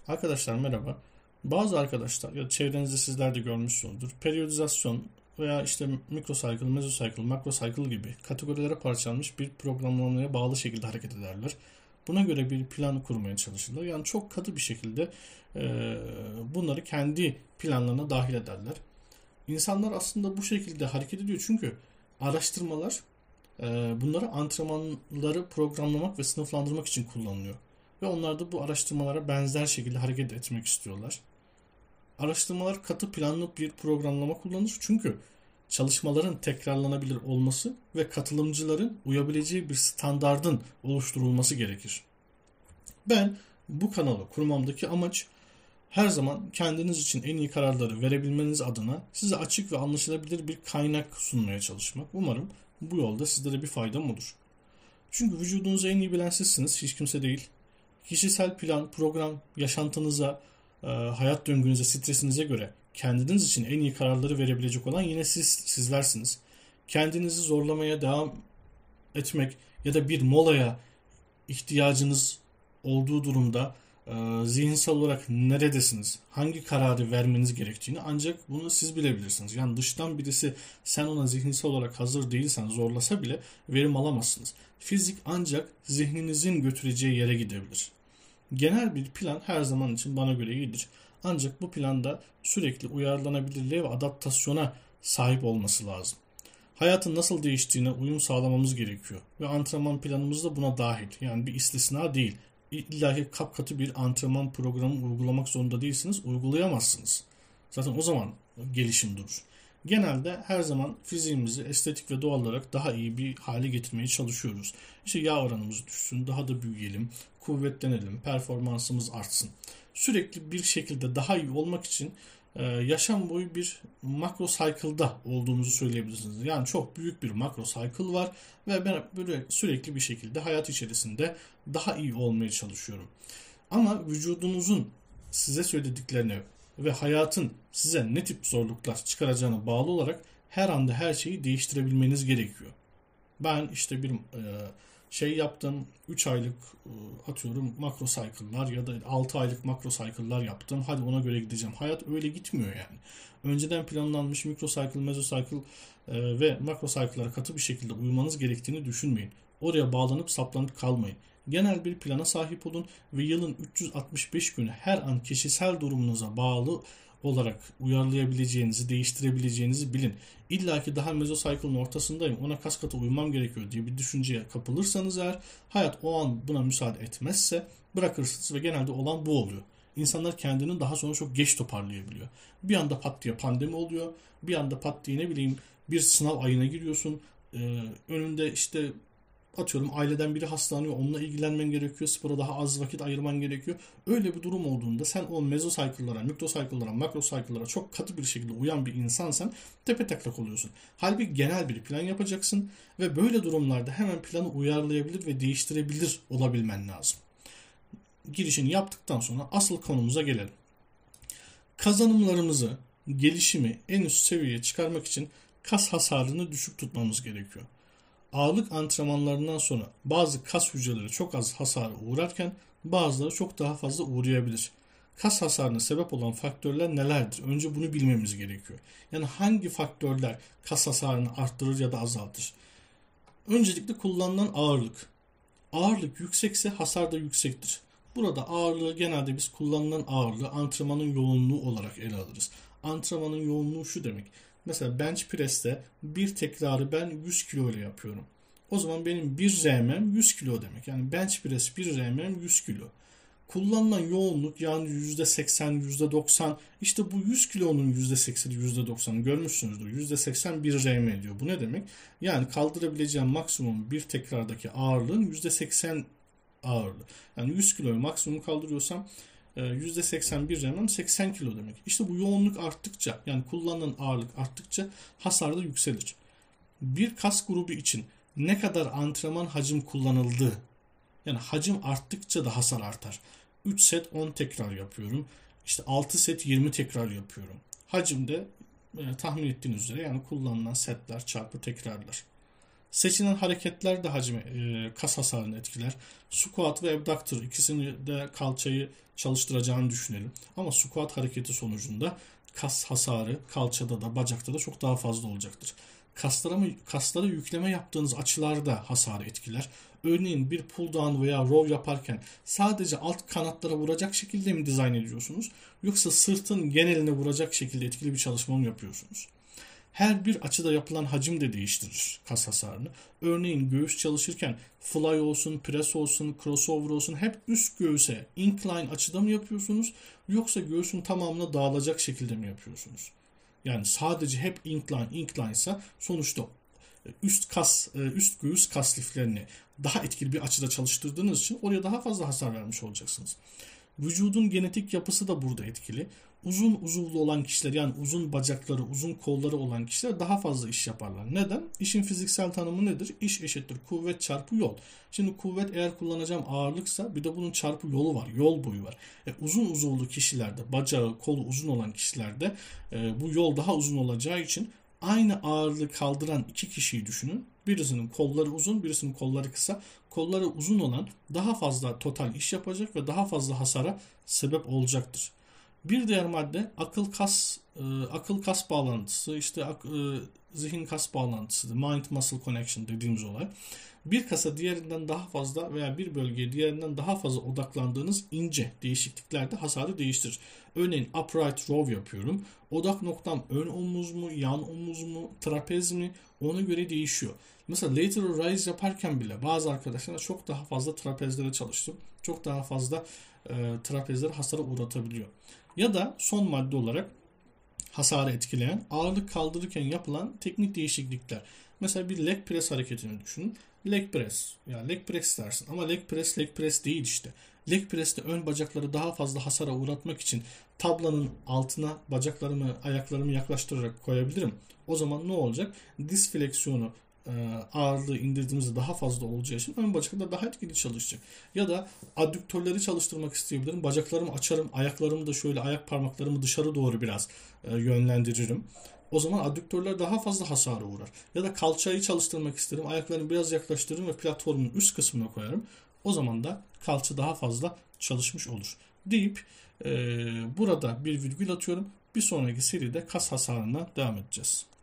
Arkadaşlar merhaba. Bazı arkadaşlar ya çevrenizde sizler de görmüşsünüzdür. Periyodizasyon veya işte microcycle, mesocycle, macrocycle gibi kategorilere parçalanmış bir programlamaya bağlı şekilde hareket ederler. Buna göre bir plan kurmaya çalışırlar. Yani çok katı bir şekilde bunları kendi planlarına dahil ederler. İnsanlar aslında bu şekilde hareket ediyor çünkü araştırmalar bunları antrenmanları programlamak ve sınıflandırmak için kullanılıyor. Ve onlar da bu araştırmalara benzer şekilde hareket etmek istiyorlar. Araştırmalar katı planlı bir programlama kullanır çünkü çalışmaların tekrarlanabilir olması ve katılımcıların uyabileceği bir standardın oluşturulması gerekir. Ben bu kanalı kurmamdaki amaç her zaman kendiniz için en iyi kararları verebilmeniz adına size açık ve anlaşılabilir bir kaynak sunmaya çalışmak. Umarım bu yolda sizlere bir faydam olur. Çünkü vücudunuzu en iyi bilen sizsiniz, hiç kimse değil. Kişisel plan, program, yaşantınıza, hayat döngünüze, stresinize göre kendiniz için en iyi kararları verebilecek olan yine sizlersiniz. Kendinizi zorlamaya devam etmek ya da bir molaya ihtiyacınız olduğu durumda zihinsel olarak neredesiniz? Hangi kararı vermeniz gerektiğini ancak bunu siz bilebilirsiniz. Yani dıştan birisi sen ona zihinsel olarak hazır değilsen zorlasa bile verim alamazsınız. Fizik ancak zihninizin götüreceği yere gidebilir. Genel bir plan her zaman için bana göre iyidir. Ancak bu planda sürekli uyarlanabilirliğe ve adaptasyona sahip olması lazım. Hayatın nasıl değiştiğine uyum sağlamamız gerekiyor. Ve antrenman planımız da buna dahil. Yani bir istisna değil. İlla ki kapkatı bir antrenman programı uygulamak zorunda değilsiniz. Uygulayamazsınız. Zaten o zaman gelişim durur. Genelde her zaman fiziğimizi estetik ve doğal olarak daha iyi bir hale getirmeye çalışıyoruz. İşte yağ oranımız düşsün, daha da büyüyelim, kuvvetlenelim, performansımız artsın. Sürekli bir şekilde daha iyi olmak için yaşam boyu bir makro cycle'da olduğumuzu söyleyebilirsiniz. Yani çok büyük bir makro cycle var ve ben böyle sürekli bir şekilde hayat içerisinde daha iyi olmaya çalışıyorum. Ama vücudunuzun size söylediklerine ve hayatın size ne tip zorluklar çıkaracağına bağlı olarak her anda her şeyi değiştirebilmeniz gerekiyor. Ben işte bir şey yaptım, 3 aylık atıyorum makro cycle'lar ya da 6 aylık makro cycle'lar yaptım. Hadi ona göre gideceğim. Hayat öyle gitmiyor yani. Önceden planlanmış mikro cycle, mesocycle ve makro cycle'lara katı bir şekilde uymanız gerektiğini düşünmeyin. Oraya bağlanıp saplanıp kalmayın. Genel bir plana sahip olun ve yılın 365 günü her an kişisel durumunuza bağlı olarak uyarlayabileceğinizi, değiştirebileceğinizi bilin. İlla ki daha mesocycle'ın ortasındayım, ona kas katı uymam gerekiyor diye bir düşünceye kapılırsanız eğer, hayat o an buna müsaade etmezse bırakırsınız ve genelde olan bu oluyor. İnsanlar kendini daha sonra çok geç toparlayabiliyor. Bir anda pat diye pandemi oluyor, bir anda pat diye ne bileyim bir sınav ayına giriyorsun, önünde işte atıyorum aileden biri hastalanıyor, onunla ilgilenmen gerekiyor, spora daha az vakit ayırman gerekiyor. Öyle bir durum olduğunda sen o mesocycle'lara, mikrocycle'lara, makrocycle'lara çok katı bir şekilde uyan bir insansan tepetaklak oluyorsun. Halbuki genel bir plan yapacaksın ve böyle durumlarda hemen planı uyarlayabilir ve değiştirebilir olabilmen lazım. Girişini yaptıktan sonra asıl konumuza gelelim. Kazanımlarımızı, gelişimi en üst seviyeye çıkarmak için kas hasarını düşük tutmamız gerekiyor. Ağırlık antrenmanlarından sonra bazı kas hücreleri çok az hasara uğrarken bazıları çok daha fazla uğrayabilir. Kas hasarına sebep olan faktörler nelerdir? Önce bunu bilmemiz gerekiyor. Yani hangi faktörler kas hasarını arttırır ya da azaltır? Öncelikle kullanılan ağırlık. Ağırlık yüksekse hasar da yüksektir. Burada ağırlığı genelde biz kullanılan ağırlığı antrenmanın yoğunluğu olarak ele alırız. Antrenmanın yoğunluğu şu demek. Mesela bench press'te bir tekrarı ben 100 kilo ile yapıyorum. O zaman benim 1 RM'm 100 kilo demek. Yani bench press 1 RM'm 100 kilo. Kullanılan yoğunluk yani %80, %90, işte bu 100 kilonun %80'i %90'ı görmüşsünüzdür. %80 1 RM ediyor. Bu ne demek? Yani kaldırabileceğim maksimum bir tekrardaki ağırlığın %80 ağırlığı. Yani 100 kiloyu maksimum kaldırıyorsam %81 remem 80 kilo demek. İşte bu yoğunluk arttıkça yani kullanılan ağırlık arttıkça hasar da yükselir. Bir kas grubu için ne kadar antrenman hacim kullanıldığı yani hacim arttıkça da hasar artar. 3 set 10 tekrar yapıyorum. İşte 6 set 20 tekrar yapıyorum. Hacim de tahmin ettiğiniz üzere yani kullanılan setler çarpı tekrarlar. Seçilen hareketler de kas hasarını etkiler. Squat ve abductor ikisini de kalçayı çalıştıracağını düşünelim. Ama squat hareketi sonucunda kas hasarı kalçada da bacakta da çok daha fazla olacaktır. Kaslara yükleme yaptığınız açılarda hasarı etkiler. Örneğin bir pull down veya row yaparken sadece alt kanatlara vuracak şekilde mi dizayn ediyorsunuz? Yoksa sırtın geneline vuracak şekilde etkili bir çalışma mı yapıyorsunuz? Her bir açıda yapılan hacim de değiştirir kas hasarını. Örneğin göğüs çalışırken fly olsun, press olsun, crossover olsun hep üst göğüse incline açıda mı yapıyorsunuz? Yoksa göğsün tamamına dağılacak şekilde mi yapıyorsunuz? Yani sadece hep incline ise sonuçta üst göğüs kas liflerini daha etkili bir açıda çalıştırdığınız için oraya daha fazla hasar vermiş olacaksınız. Vücudun genetik yapısı da burada etkili. Uzun uzuvlu olan kişiler, yani uzun bacakları, uzun kolları olan kişiler daha fazla iş yaparlar. Neden? İşin fiziksel tanımı nedir? İş eşittir kuvvet çarpı yol. Şimdi kuvvet eğer kullanacağım ağırlıksa bir de bunun çarpı yolu var. Yol boyu var. Uzun uzuvlu kişilerde, bacağı, kolu uzun olan kişilerde bu yol daha uzun olacağı için aynı ağırlığı kaldıran iki kişiyi düşünün. Birisinin kolları uzun, birisinin kolları kısa. Kolları uzun olan daha fazla total iş yapacak ve daha fazla hasara sebep olacaktır. Bir diğer madde akıl kas bağlantısı, işte zihin kas bağlantısı, mind muscle connection dediğimiz olay. Bir kasa diğerinden daha fazla veya bir bölgeye diğerinden daha fazla odaklandığınız ince değişiklikler de hasarı değiştirir. Örneğin upright row yapıyorum. Odak noktam ön omuz mu, yan omuz mu, trapez mi, ona göre değişiyor. Mesela lateral raise yaparken bile bazı arkadaşlar çok daha fazla trapezlere çalıştım. Çok daha fazla trapezleri hasara uğratabiliyor. Ya da son madde olarak hasarı etkileyen ağırlık kaldırırken yapılan teknik değişiklikler. Mesela bir leg press hareketini düşünün. Leg press. Ya leg press dersin ama leg press değil işte. Leg press'te ön bacakları daha fazla hasara uğratmak için tablanın altına bacaklarımı, ayaklarımı yaklaştırarak koyabilirim. O zaman ne olacak? Diz fleksiyonu ağırlığı indirdiğimizde daha fazla olacağı için ön bacaklar daha etkili çalışacak. Ya da adduktörleri çalıştırmak isteyebilirim. Bacaklarımı açarım, ayaklarımı da şöyle ayak parmaklarımı dışarı doğru biraz yönlendiririm. O zaman adduktörler daha fazla hasara uğrar. Ya da kalçayı çalıştırmak isterim. Ayaklarımı biraz yaklaştırırım ve platformun üst kısmına koyarım. O zaman da kalça daha fazla çalışmış olur. Deyip burada bir virgül atıyorum. Bir sonraki seride kas hasarına devam edeceğiz.